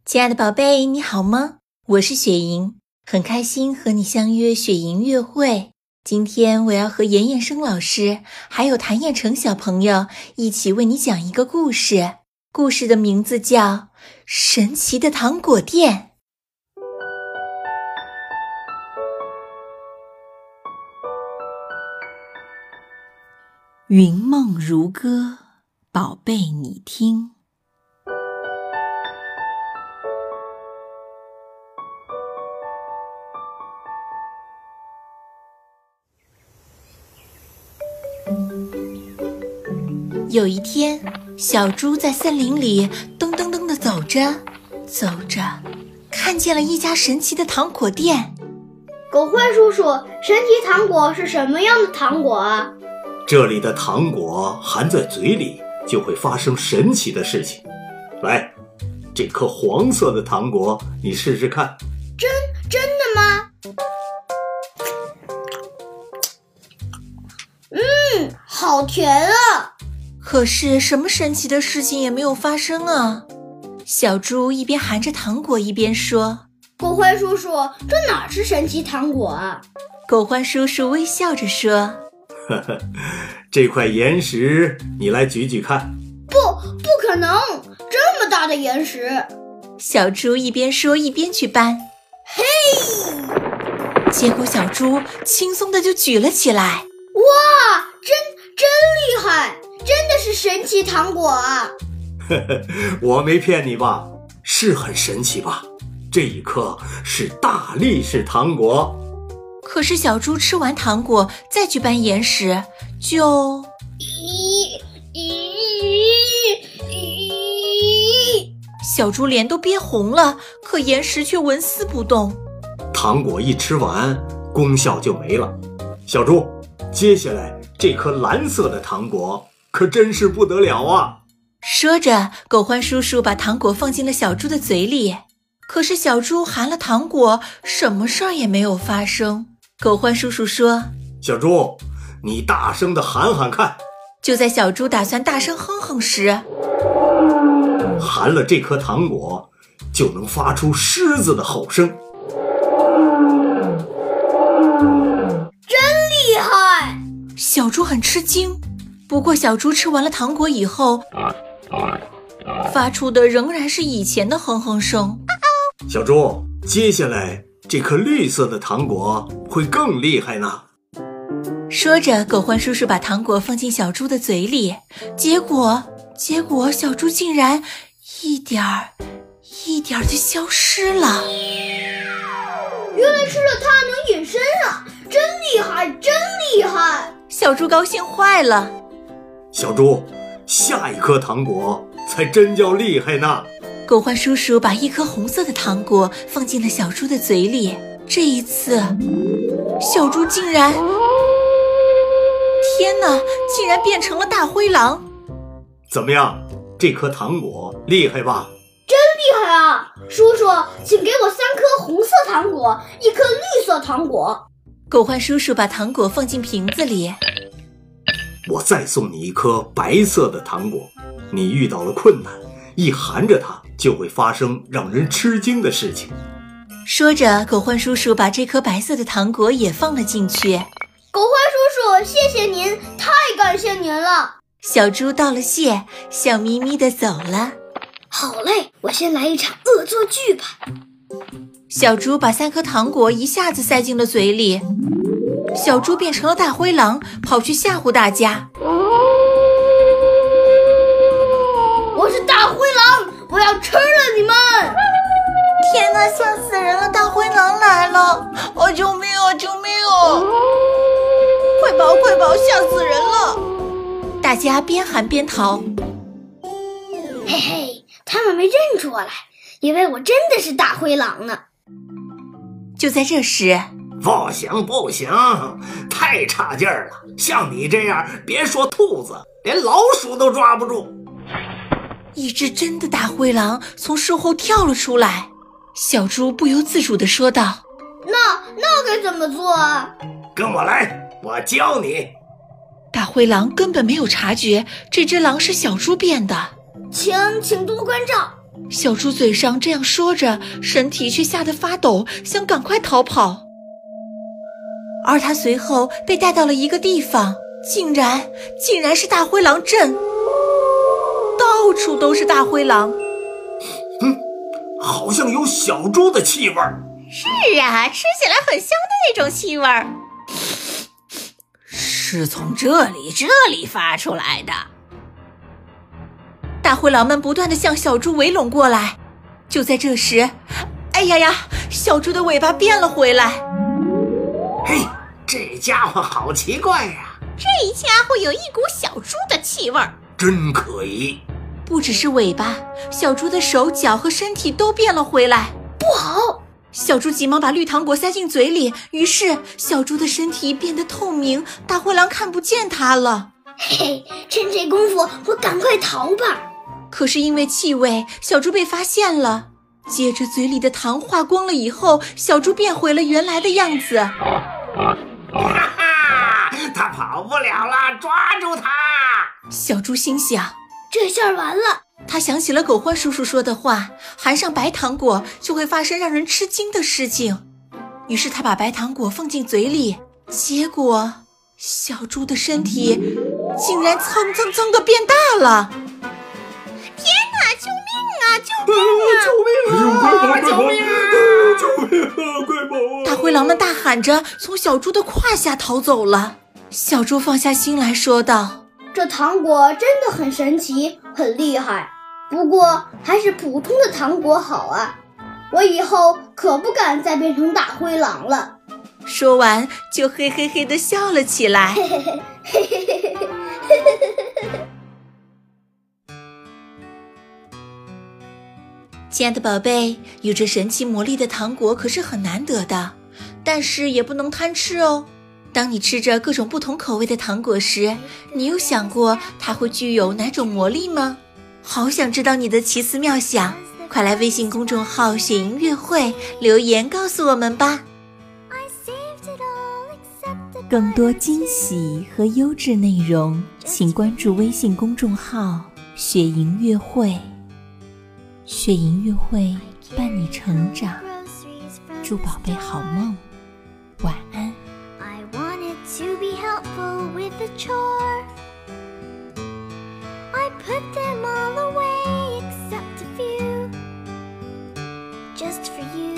亲爱的宝贝，你好吗？我是雪莹，很开心和你相约雪莹乐会。今天我要和严彦生老师还有谭彦成小朋友一起为你讲一个故事，故事的名字叫《神奇的糖果店》。云梦如歌，宝贝你听。有一天，小猪在森林里噔噔噔地走着，看见了一家神奇的糖果店。 狗獾叔叔，神奇糖果是什么样的糖果啊？ 这里的糖果含在嘴里就会发生神奇的事情。来，这颗黄色的糖果你试试看。 真的吗？好甜啊！ 可是什么神奇的事情也没有发生啊。小猪一边含着糖果一边说： 狗獾叔叔，这哪是神奇糖果啊？ 狗獾叔叔微笑着说： 呵呵，这块岩石你来举举看。 不可能，这么大的岩石。 小猪一边说一边去搬。 嘿！ 结果小猪轻松的就举了起来。 哇，真厉害，真的是神奇糖果啊！ 呵呵，我没骗你吧？是很神奇吧？这一颗是大力士糖果。 可是小猪吃完糖果再去搬岩石，就小猪脸都憋红了，可岩石却纹丝不动。 糖果一吃完，功效就没了。小猪，接下来这颗蓝色的糖果可真是不得了啊！ 说着，狗獾叔叔把糖果放进了小猪的嘴里。可是小猪含了糖果，什么事儿也没有发生。狗獾叔叔说： 小猪，你大声地喊喊看。 就在小猪打算大声哼哼时， 含了这颗糖果就能发出狮子的吼声。 真厉害！ 小猪很吃惊，不过小猪吃完了糖果以后，发出的仍然是以前的哼哼声。 小猪，接下来这颗绿色的糖果会更厉害呢。 说着，狗獾叔叔把糖果放进小猪的嘴里，结果小猪竟然一点儿就消失了。 原来吃了它能隐身啊！真厉害，真厉害！ 小猪高兴坏了。 小猪，下一颗糖果才真叫厉害呢。 狗獾叔叔把一颗红色的糖果放进了小猪的嘴里，这一次，小猪竟然，天哪，竟然变成了大灰狼。 怎么样，这颗糖果厉害吧？ 真厉害啊！叔叔，请给我3颗红色糖果，1颗绿色糖果。 狗獾叔叔把糖果放进瓶子里。 我再送你1颗白色的糖果，你遇到了困难，一含着它就会发生让人吃惊的事情。 说着，狗獾叔叔把这颗白色的糖果也放了进去。 狗獾叔叔，谢谢您，太感谢您了。 小猪道了谢，笑眯眯地走了。 好嘞，我先来一场恶作剧吧。 小猪把3颗糖果一下子塞进了嘴里。小猪变成了大灰狼，跑去吓唬大家。 我是大灰狼，我要吃了你们！ 天哪，吓死人了！大灰狼来了！哦，救命啊！救命啊！快跑快跑，吓死人了！大家边喊边逃。 嘿嘿，他们没认出我来，以为我真的是大灰狼呢。 就在这时， 不行，太差劲儿了！像你这样，别说兔子，连老鼠都抓不住。 一只真的大灰狼从树后跳了出来。小猪不由自主地说道： 那该怎么做啊？ 跟我来，我教你。 大灰狼根本没有察觉这只狼是小猪变的。 请多关照。 小猪嘴上这样说着，身体却吓得发抖，想赶快逃跑。而他随后被带到了一个地方，竟然是大灰狼镇，到处都是大灰狼。 好像有小猪的气味。 是啊，吃起来很香的那种气味。 是从这里发出来的。 大灰狼们不断地向小猪围拢过来。就在这时，哎呀呀，小猪的尾巴变了回来。 嘿，这家伙好奇怪呀！ 这家伙有一股小猪的气味， 真可疑。 不只是尾巴，小猪的手脚和身体都变了回来。 不好！ 小猪急忙把绿糖果塞进嘴里，于是小猪的身体变得透明，大灰狼看不见它了。 嘿，趁这功夫我赶快逃吧。 可是因为气味，小猪被发现了。接着嘴里的糖化光了以后，小猪变回了原来的样子。 哈哈，他跑不了了，抓住他！ 小猪心想， 这下完了。 他想起了狗獾叔叔说的话，含上白糖果就会发生让人吃惊的事情。于是他把白糖果放进嘴里，结果小猪的身体竟然蹭蹭蹭地变大了。 天哪，救命啊，救命啊， 救命啊，救命啊，快跑啊！ 大灰狼们大喊着从小猪的胯下逃走了。小猪放下心来说道， 这糖果真的很神奇，很厉害，不过还是普通的糖果好啊，我以后可不敢再变成大灰狼了。 说完就嘿嘿嘿地笑了起来。亲爱的宝贝，有着神奇魔力的糖果可是很难得的，但是也不能贪吃哦。当你吃着各种不同口味的糖果时，你有想过它会具有哪种魔力吗？好想知道你的奇思妙想，快来微信公众号雪音乐会留言告诉我们吧。更多惊喜和优质内容，请关注微信公众号雪音乐会。雪音乐会伴你成长，祝宝贝好梦，晚安。 I wanted to be helpful with a chore. I put them all away except a few, just for you.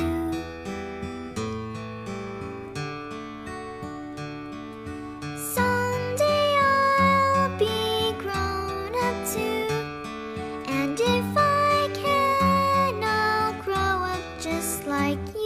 Someday I'll be grown up too, and if I can, I'll grow up just like you.